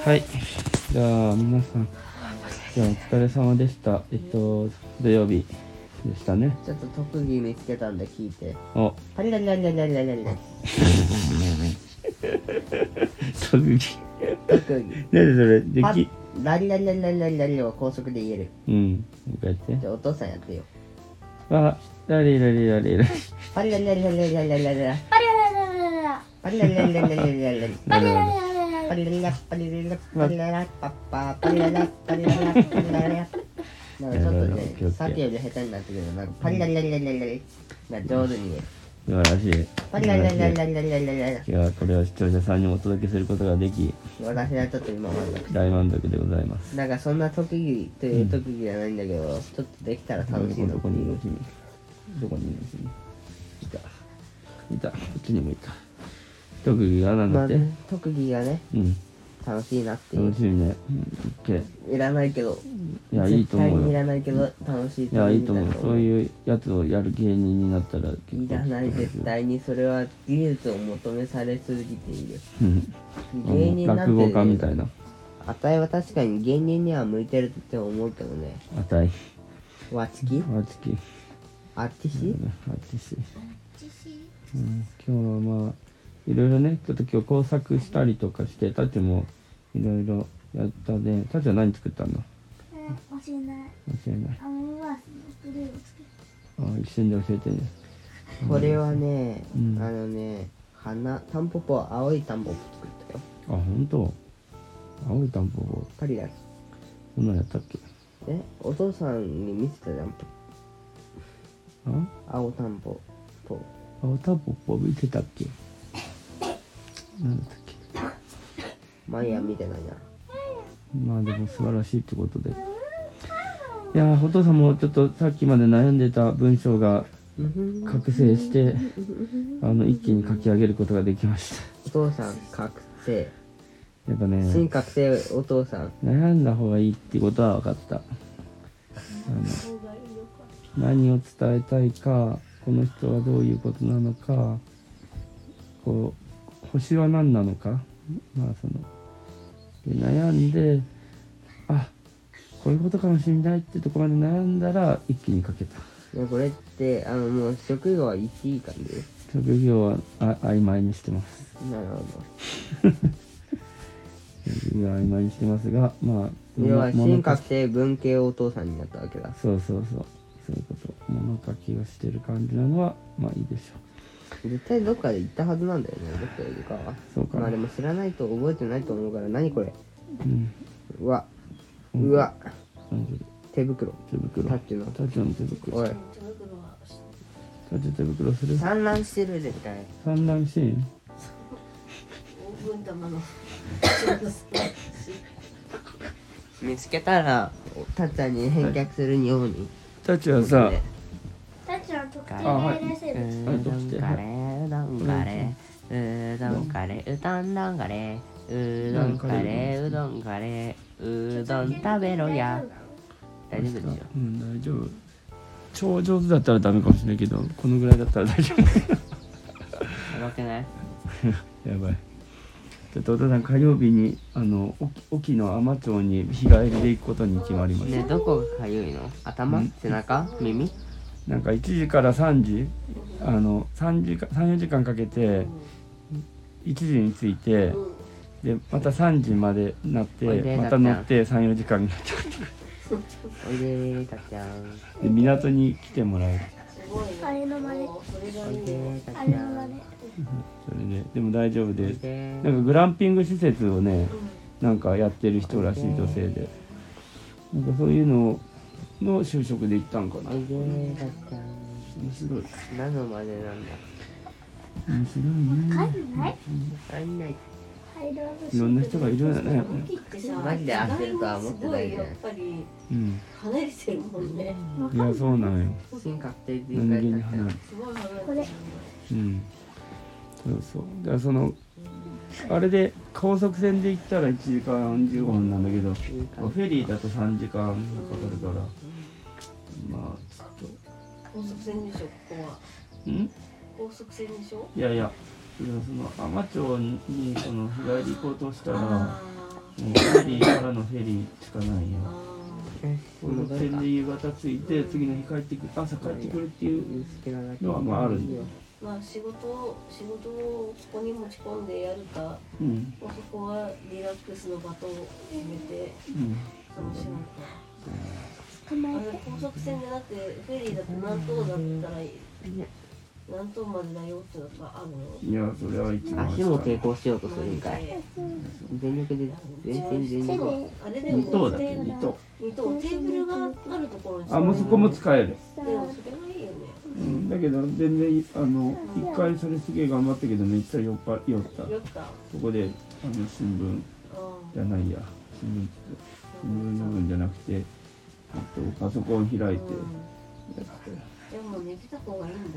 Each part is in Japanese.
はい。じゃあ皆さん、じゃあお疲れ様でした。土曜日でしたね。 ちょっと特技見つけたんで聞いて。 お、 パリラリラリラリラリラリラ。 特技。 特技。 何それでき。 ラリラリラリラリラリラリを高速で言える。 うん。もう一回やって。 じゃあお父さんやってよ。 あ、ラリラリラリラ。 パリラリラリラリラリラリラリラ。 パリラララララパリラリラリラリラリラリラリ。 パリララララパリラリラパリラリラパリララパッパーパリララパリララパリララ。なんかちょっとね、さっきより下手になってくる。なんかパリラリラリラリラリラリが上手に言える。 素晴らしい。 パリラリラリラリラリラリラリラリラ。 いや、これを視聴者さんにお届けすることができ、 私はちょっと今満足。 大満足でございます。 なんかそんな特技という特技じゃないんだけど、ちょっとできたら楽しいのどこにいる君。どこにいる君。いた。こっちにもいた。特技が何だって、 特技がね、 うん。 楽しいなっていう。 楽しいね。 いらないけど。 いや、いいと思うよ。 絶対にいらないけど、楽しいいや、いいと思う。そういうやつをやる芸人になったら結構いらない、絶対に。それは技術を求めされすぎている。芸人なんて、 落語家みたいな。 あたいは確かに芸人には向いてるって思うけどね。 あたい。 わちきあつき。 あっちしあつし。今日はまあ、いろいろね、ちょっと今日工作したりとかして、たちもいろいろやったね。たちは何作ったの？ 教えない。 教えない。 アモンガースのグレーをつける。 あ、一瞬で教えてね。 これはね、 うんタンポポ、青いタンポポ作ったよ。 あ、ほんと？青いタンポポ。 パリラリ。 そんなんやったっけ？ お父さんに見せたじゃん。 あ？ 青タンポポ。 青タンポポ見てたっけ？なんだったっけ？ マイヤー見てないな。 まあでも素晴らしいってことで。いやー、お父さんもちょっとさっきまで悩んでた文章が覚醒して、一気に書き上げることができました。 お父さん覚醒。 やっぱね、 新覚醒お父さん。 悩んだ方がいいってことは分かった。何を伝えたいか、この人はどういうことなのか、こう星は何なのか、まあで悩んで、あ、こういうことかもしれないってところまで悩んだら一気に書けた。 これってもう職業は言っていい感じ？ 職業は曖昧にしてます。 なるほ職業は曖昧にしてますが、まあ要は新覚醒文系お父さんになったわけだ。 そういうこと。物書きをしてる感じなのはまあいいでしょう。絶対どっかで行ったはずなんだよね、どっかでいるかは。 そうか。 まあでも知らないと覚えてないと思うから。何これ？うわ、手袋。 タッチの手袋。 おい、 タッチ手袋する？ 産卵してる絶対。 産卵シーン？ オーブン玉の。 見つけたらたっちゃんに返却するように。 タッチはさ、 タチの特定はい外来生物。 うどんカレーうどんカレーうどんカレーうどんどんカレーうどんカレーうどんカレーうどん食べろや。大丈夫でしょ？ 大丈夫。超上手だったらダメかもしれないけど、このぐらいだったら大丈夫。 やばくない？ やばい。ちょっとお父さん火曜日に沖の海士町に日帰りで行くことに決まりました。 ね、どこがかゆいの？頭？背中？耳？ なんか1時から3時、3、4時間かけて1時に着いて、でまた3時までなってまた乗って3、4時間になっちゃう。 おいでたっちゃん。 で港に来てもらえる。 あれの真似。 おいでたっちゃあれの真ん。 似。 それでも大丈夫です。なんかグランピング施設をね、なんかやってる人らしい女性で、なんかそういうのの就職で行ったんかな。 おいでたっちゃん。 面白い。 何の真似なんだ？ 面白いね。 帰んない？ 帰んない。 いろんな人がいるよね。 マジで合ってるとは思ってないじゃん。 うん。 離れてるもんね。 いや、そうなんよ。 新確定で何気に離れて。 すごい離れてる。 これ。 うん。そう。だからあれで高速船で行ったら1時間15分なんだけど、フェリーだと3時間かかるから、まあちょっ高速船でしょ、ここは。 と。ん？ 高速船でしょ。 いや、海士町に日帰り行こうとしたら、 フェリーからのフェリーしかないよ。 よし高速船で夕方着いて次の日帰ってくる、朝帰ってくるっていう好きなだけのはまああるんだよ。 まあ仕事をここに持ち込んでやるか、 うんもうそこはリラックスの場と決めてうん楽しむか。 捕まえて高速船でだってフェリーだと何島だったら何島までだよってのがあるの？ いやそれは一番足も抵抗しようとするんかい。全力で全身全手力。 であれでも二等だけど二等。 二等テーブルがあるところにあもうそこも使える。 でもそれがいいよね。 うんだけど全然一回それすげえ頑張ったけどめっちゃ酔った。 酔った。 そこで新聞じゃないや新聞読むんじゃなくてパソコン開いてやって。 でも寝てた方がいいんだ。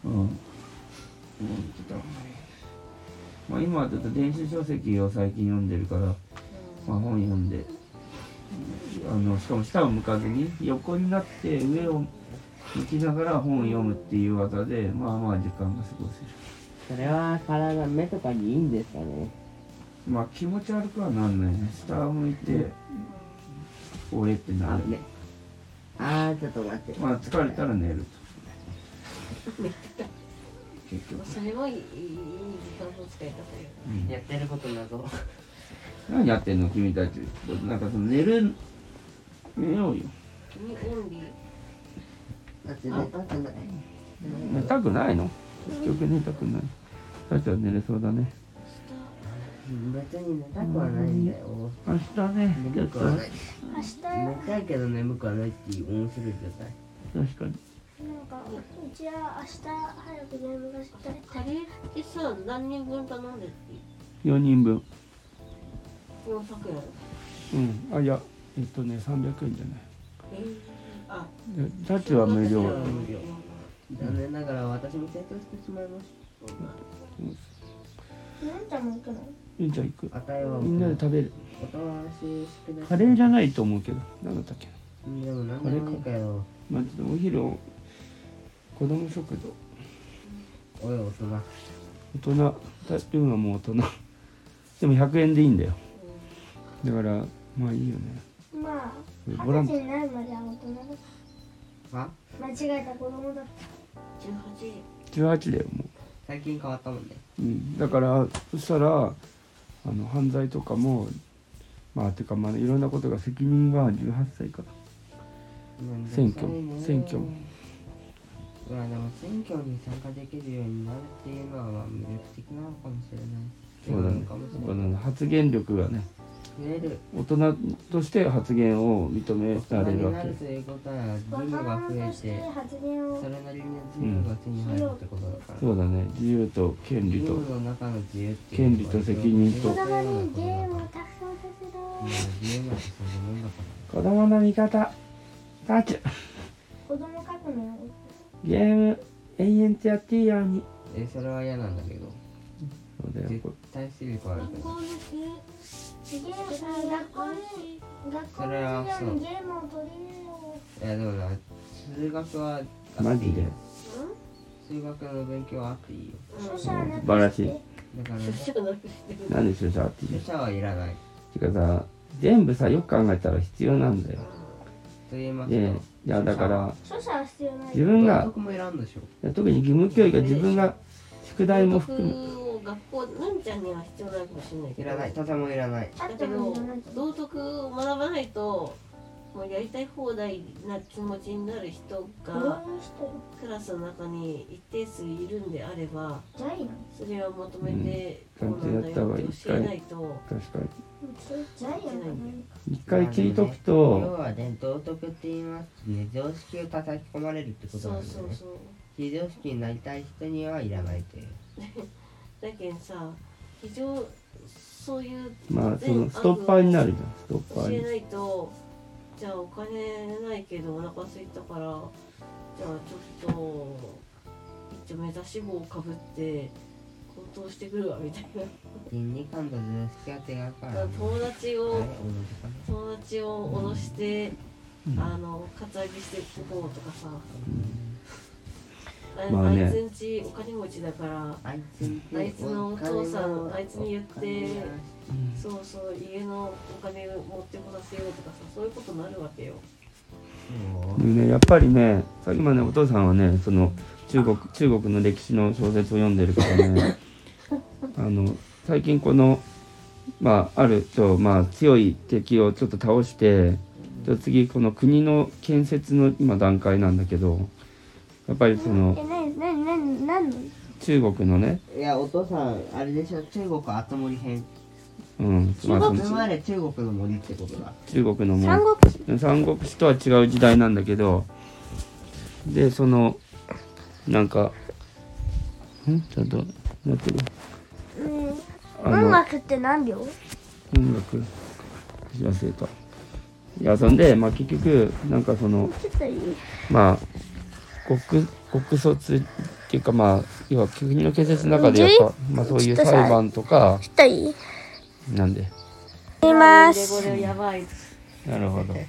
まあ今はちょっと電子書籍を最近読んでるから、まあ本読んで、しかも下を向かずに横になって上を向きながら本を読むっていう技で、まあまあ時間が過ごせる。 それは体、目とかにいいんですかね。 まあ気持ち悪くはなんないね。下を向いて、俺ってなる。 ね。ちょっと待って。 まあ疲れたら寝ると。結局。 それはいい時間の使い方よ。 やってること謎。 何やってんの君たち。なんかその寝ようよ。 君オンリー。 だってね、 寝たくないの？結局寝たくない。さっきは寝れそうだね。 別に寝たくはないんだよ。 明日ね、 眠くはない。 明日寝たいけど眠くはないっていう面白い状態。 確かに。 なんかうちは明日早く眠らせたい。 カレーってさ、何人分頼んで 4人分。 400円。 うん。いや、300円じゃない。 あ、 でタッチは無料。 残念ながら私も成長してしまいましなんちゃんも行くの？ いいんちゃん行く。 た。あたいはみんなで食べる。 おとなしい少ない。 カレーじゃないと思うけど。何だったっけ。 でも何でもいいかよ。 まあ、ちょっとお昼を子供食堂。 おい大人。 大人。タッチはもう大人。でも100円でいいんだよ。だからまあいいよね。 まあボラン 20歳になるまでは大人だ。 は間違えた子供だ。 18だよも最近変わったもんね。 う。だからそしたら犯罪とかもまあてかまあいろんなことが責任は18歳から。選挙も。 まあでも選挙に参加できるようになるっていうのはまあ魅力的なのかもしれない。 そうだね。 かもしれない。 発言力がね、 増える。 大人として発言を認められるわけ大人になる。ということは義務が増えて、 発言をそれなりに自由が手に入るってことだから。 そうだね。自由と権利義と務の中の自由っていうのは権利と責任と子供にゲームをたくさんさせ自由なんてそういうもんだから。 子供の味方。タッチ。 ろ。子供書くのよ。 ゲーム延々とやっていいように。 それは嫌なんだけど。 そうだよ。 絶対視力はあるけど。 学校の授業にゲームを取り入れよう。 いやでもな、数学はマジで。 数学の勉強はあっていいよ。 書写はなく素晴らしい。 だから、 なんで書写っていう書写はいらない。 てかさ、全部さよく考えたら必要なんだよ。 と言いますで、いと、 やだから書写は必要ない。 自分が道徳もいらんでしょ。 特に義務教育が自分が宿題も含む。 を学校なんちゃんには必要ないかもしれないけど。 いらない、とてもいらない。 あってだけどもいらない。 道徳を学ばないともうやりたい放題な気持ちになる人どがうしてる？ クラスの中に一定数いるんであれば、 じゃあいいの？ それは求めてうんこうなんだよって教えないと確かに。 ジャイアンか何か。 一回聞いとく要と、 はね、道徳って言いますとね、常識を叩き込まれるってことそなんでね。 うそうそう非常識になりたい人にはいらないという。 だけんさ非常そういうまあそのストッパーになるじゃん、ストッパーに。 教えないと、じゃあお金ないけどお腹空いたから、じゃあちょっと一応目指し棒をかぶって高騰してくるわみたいな。 倫理観と常識は違うから、ね。 友達をあれ同じかな。 友達を脅して、カツアゲしてここうとかさ、 まあねあいつんちお金持ちだからあいあいつのお父さんあいつに言ってそうそう家のお金を持ってこさせようとかさそういうことになるわけよ。 でね、やっぱりね、今ねお父さんはねその中国の歴史の小説を読んでるからね最近このある強い敵をちょっと倒して次この国の建設の今段階なんだけど、やっぱりその何の中国のね、 いやお父さんあれでしょ、中国後森編。 そのつまり中国の森ってことだ。 中国の三三国志とは違う時代なんだけど、でそのなんかちょっと待ってる。 音楽って何秒？ 音楽忘れた。いやそんで結局なんかそのちょっといい？ 国卒っていうか要は国の建設の中でやっぱそういう裁判とかちょっといい？ なんでいまこす。 れやばい。 なるほど。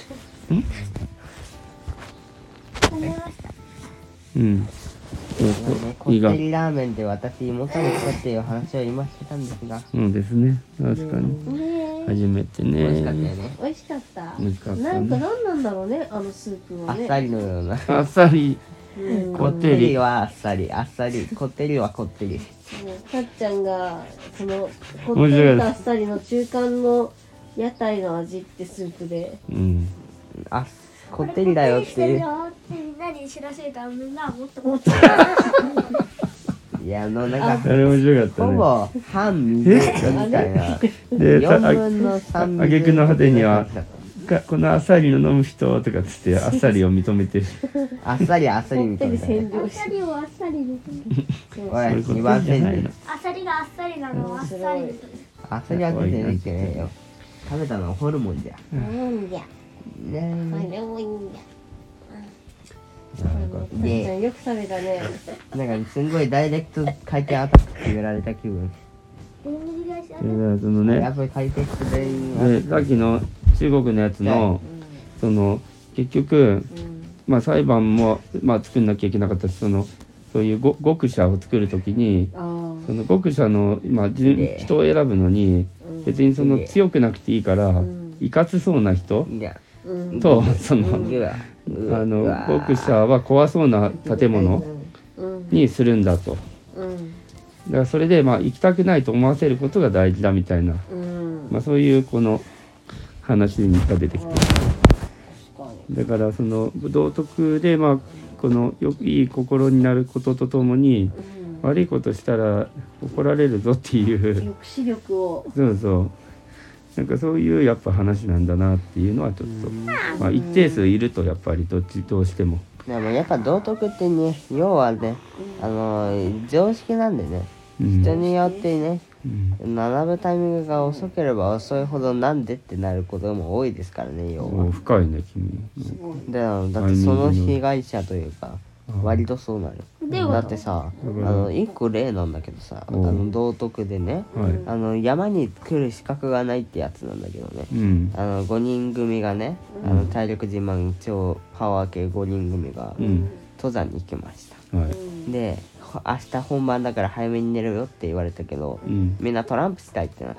うんこってりラーメンで私妹に作っていう話を今してたんですが、 そうですね、確かに初めてね。 美味しかったよね。 美味しかった。 美味しかったねなんか何なんだろうねあのスープはね。 あっさりのような。 あっさりうんこってりはあっさり、あっさり、こってりはこってり。 かっちゃんがそのこってりとあっさりの中間の屋台の味ってスープであ、こってりだよっていう。 みんなに知らせたらみんなもっと思ったいやなんかあれ面白かったね。 ほぼ半水みたいな。 で 4分の3 挙句の果てにはこのあっさりの飲む人とかつってあっさりを認めてる。 あっさりあっさりこってりみたいな。 あっ洗浄しさりをあっさりにおい、 そういうこと 2番じゃないの線で。 あっさりがあっさりなのはあっさりにあっさりは出てないけないよ。食べたのはホルモンじゃ。 うんじゃねあれもいいんじゃなんかかっちゃんよく食べたねなんかすんごいダイレクト回転アタックって言われた気分。 そのねやっぱり回転してね。 でさっきの中国のやつのその結局裁判も作んなきゃいけなかったし、そういう獄舎を作るときにあその獄舎の人を選ぶのに別にその強くなくていいからいかつそうな人いや、 とそのうわ獄舎は怖そうな建物にするんだと。だからそれで行きたくないと思わせることが大事だみたいな、そういうこの話が出てきて、だからその道徳でこのいい心になることとともに悪いことしたら怒られるぞっていう抑止力をそうなんかそういうやっぱ話なんだなっていうのはちょっと一定数いるとやっぱりどうしてもでもやっぱ道徳ってね、要はね、常識なんでね、人によってね、学ぶタイミングが遅ければ遅いほどなんでってなることも多いですからね、要は。 深いね君。 だってその被害者というか割とそうなの。だってさ、一個例なんだけどさ、道徳でね、山に来る資格がないってやつなんだけどね、5人組がね、体力自慢超パワー系5人組が登山に行きました、で明日本番だから早めに寝るよって言われたけど、みんなトランプしたいってなって、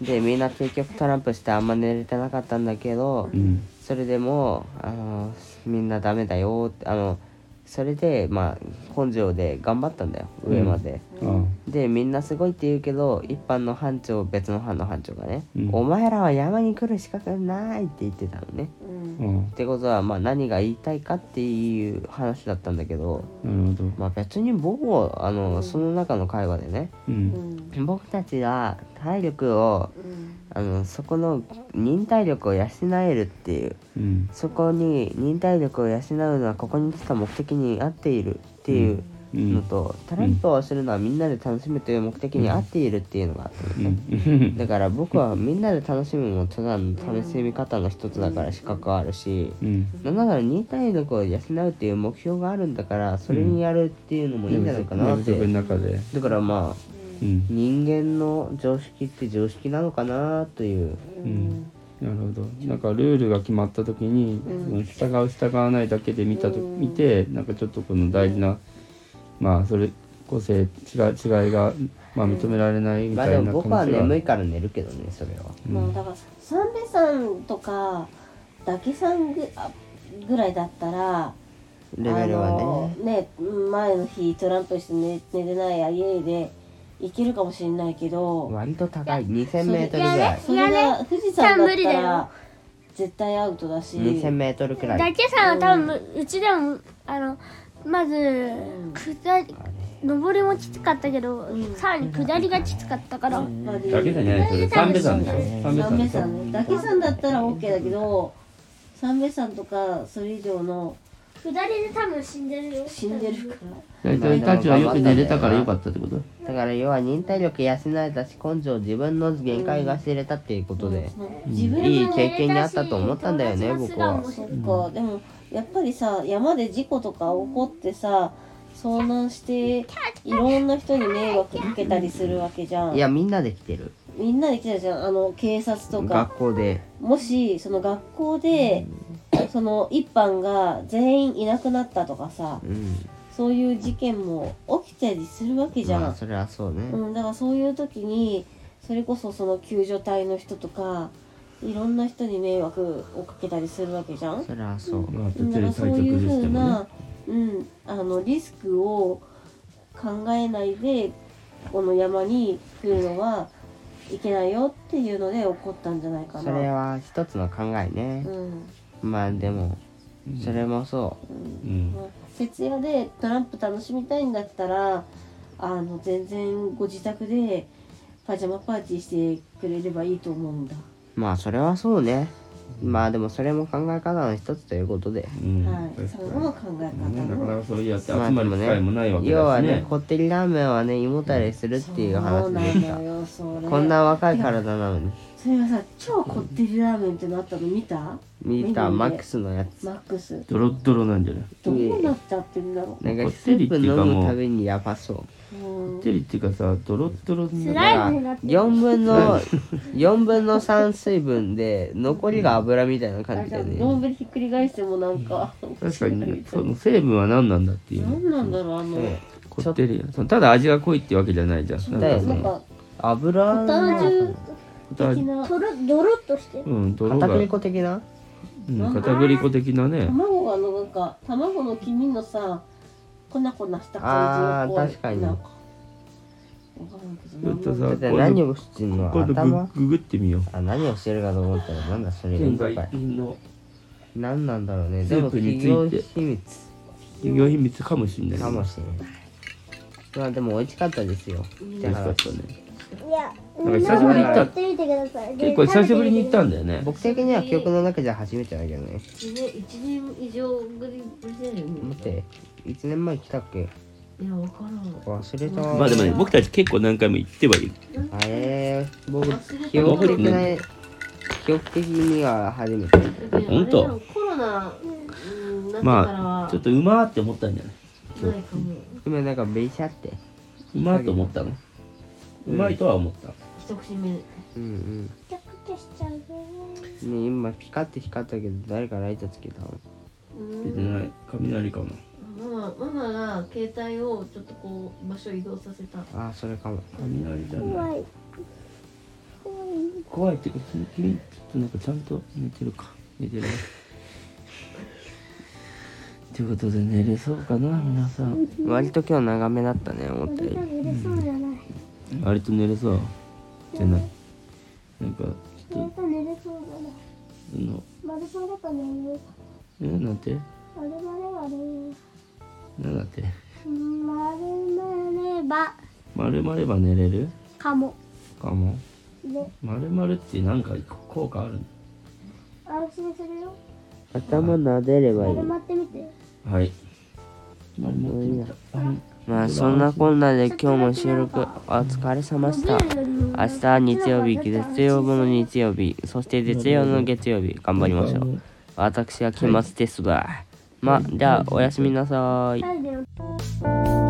でみんな結局トランプしてあんま寝れてなかったんだけど、それでもみんなダメだよってそれで根性で頑張ったんだよ、上まで、でみんなすごいって言うけど一般の班長別の班の班長がね、お前らは山に来る資格ないって言ってたのね、ってことは何が言いたいかっていう話だったんだけど、別に僕はその中の会話でね、僕たちは体力をそこの忍耐力を養えるっていう、そこに忍耐力を養うのはここに来た目的に合っているっていうのと、トランプをするのはみんなで楽しむという目的に合っているっていうのがあったのね、だから僕はみんなで楽しむのもただの楽しみ方の一つだから資格あるし、だから忍耐力を養うっていう目標があるんだからそれにやるっていうのもいいんじゃないかなって、だから人間の常識って常識なのかなという、 なるほど。なんかルールが決まった時に、従う従わないだけで見て、なんかちょっとこの大事な、まあそれ個性違いが、まあ、認められないみまあたいなでも僕は感じが、 眠いから寝るけどね、それは。 まあだから三瓶さんとかだけさんぐらいだったらレベルはね。 前の日トランプして寝てない家で行けるかもしれないけど、 割と高い。2000メートルぐらい。 それが富士山だっ無理だよたら絶対アウトだし、 2000メートルくらい。 だけさんは多分うちでもまず下り上りもきつかったけど、さらに下りがきつかったから、 だけじゃないそれ三瓶山でしょ。三瓶三瓶山でしょ。 山ね、だけ山だったら OK だけど、三瓶山とかそれ以上の下りで多分死んでるよ。 死んでるから大体たちはよく寝れたからよかったってこと？ だから要は忍耐力養えたし、根性自分の限界が知れたっていうことで、 自分いい経験にあったと思ったんだよね、僕は。 そっか、でもやっぱりさ、山で事故とか起こってさ、遭難していろんな人に迷惑かけたりするわけじゃん。 いや、みんなで来てる。 みんなで来てるじゃん、警察とか。 学校で。 もしその学校でその一班が全員いなくなったとかさ、そういう事件も起きたりするわけじゃん。 まあそれはそうね。 だからそういう時にそれこそその救助隊の人とかいろんな人に迷惑をかけたりするわけじゃん。 それはそう。 まあ、途だから中で退そういうふ職してもうなね。 リスクを考えないでこの山に来るのはいけないよっていうので起こったんじゃないかな。 それは一つの考えね。まあでも、それもそ徹夜でトランプ楽しみたいんだったら全然ご自宅でパジャマパーティーしてくれればいいと思うんだ。 う。まあそれはそうね。まあでもそれも考え方の一つということで。 はい、それも考え方ね、なかなの。 かそうやって集まあでもまる機会もないわけだしね。 要はね、こってりラーメンはね、胃もたれするっていう話でしそうなのよ、それ。 た。こんな若い体なのに。 それがさ、超こってりラーメンってなったの見た？ 見たマックスのやつ。 マックス。 ドロッドロなんじゃない？ どうなっちゃってんだろう。 なんかスープ飲むたびにやばそう。 こってりっていうかさ、ドロッドロにスなライムになってる。 4分の3水分で残りが油みたいな感じでね。 丼ひっくり返してもなんか確かにね、その成分は何なんだっていうの。 何なんだろうこってりそのただ味が濃いってわけじゃないじゃん。 だよねなんか油ポタージュその的なドロッとしてる。 泥が片栗粉的な。 片栗粉的なね。 卵がなんか卵の黄身のさ粉した感じが確かに。 なんかわからんけどちょっとさだって何をしてんの？ 今度頭？ ググってみよう。 あ、何をしてるかと思ったらなんだそれ。 県外品の何なんだろうね。でもスープに企ついて業秘密企業秘密かもしれない。 かもしれない。まあでも美味しかったですよ。 美味しかったね。 いや、 なんか久しぶりに行った。 やってみてください。 結構久しぶりに行ったんだよね。 僕的には記憶の中じゃ初めてだけどね。 1年以上ぶりだよね。 待って、1年前来たっけ？ いや、わからん。 忘れた。 まあでもね、僕たち結構何回も行ってはいる。 僕記憶的には初めて。 本当あれだろコロナなってからまはあちょっとうまーって思ったんじゃない？ ないかも。 今なんかベイシャって。 うまーと思ったの。うまいとは思った。 一口目。 うんちょっとしちゃうよ。 うん。ね今ピカって光ったけど誰かライトつけたの？ 出てない。雷かな。 ママが携帯をちょっとこう場所移動させた。 あ、それかも。 雷じゃない。 怖い。 怖いっていうか、君ちょっとなんかちゃんと寝てるか。寝てるね。ということで寝れそうかな皆さん。 割と今日長めだったね、思ったより。 寝れそうじゃない。 割と寝れそうじゃない。なんかちょっと寝れそうじゃない。丸さんだと寝れる。 なんて丸まれば寝れる。 なんだって丸まれば丸まれば寝れるかも。 かも。 で、 丸ってなんか効果あるの？ 安心するよ。 頭撫でればいい。 丸まってみて。 はい。丸まってみた。はい。 まあそんなこんなで今日も収録お疲れ様でした。明日日曜日、月曜日の日曜日、そして月曜の月曜日頑張りましょう。私は期末テストだ。まあじゃあおやすみなさい。 二人で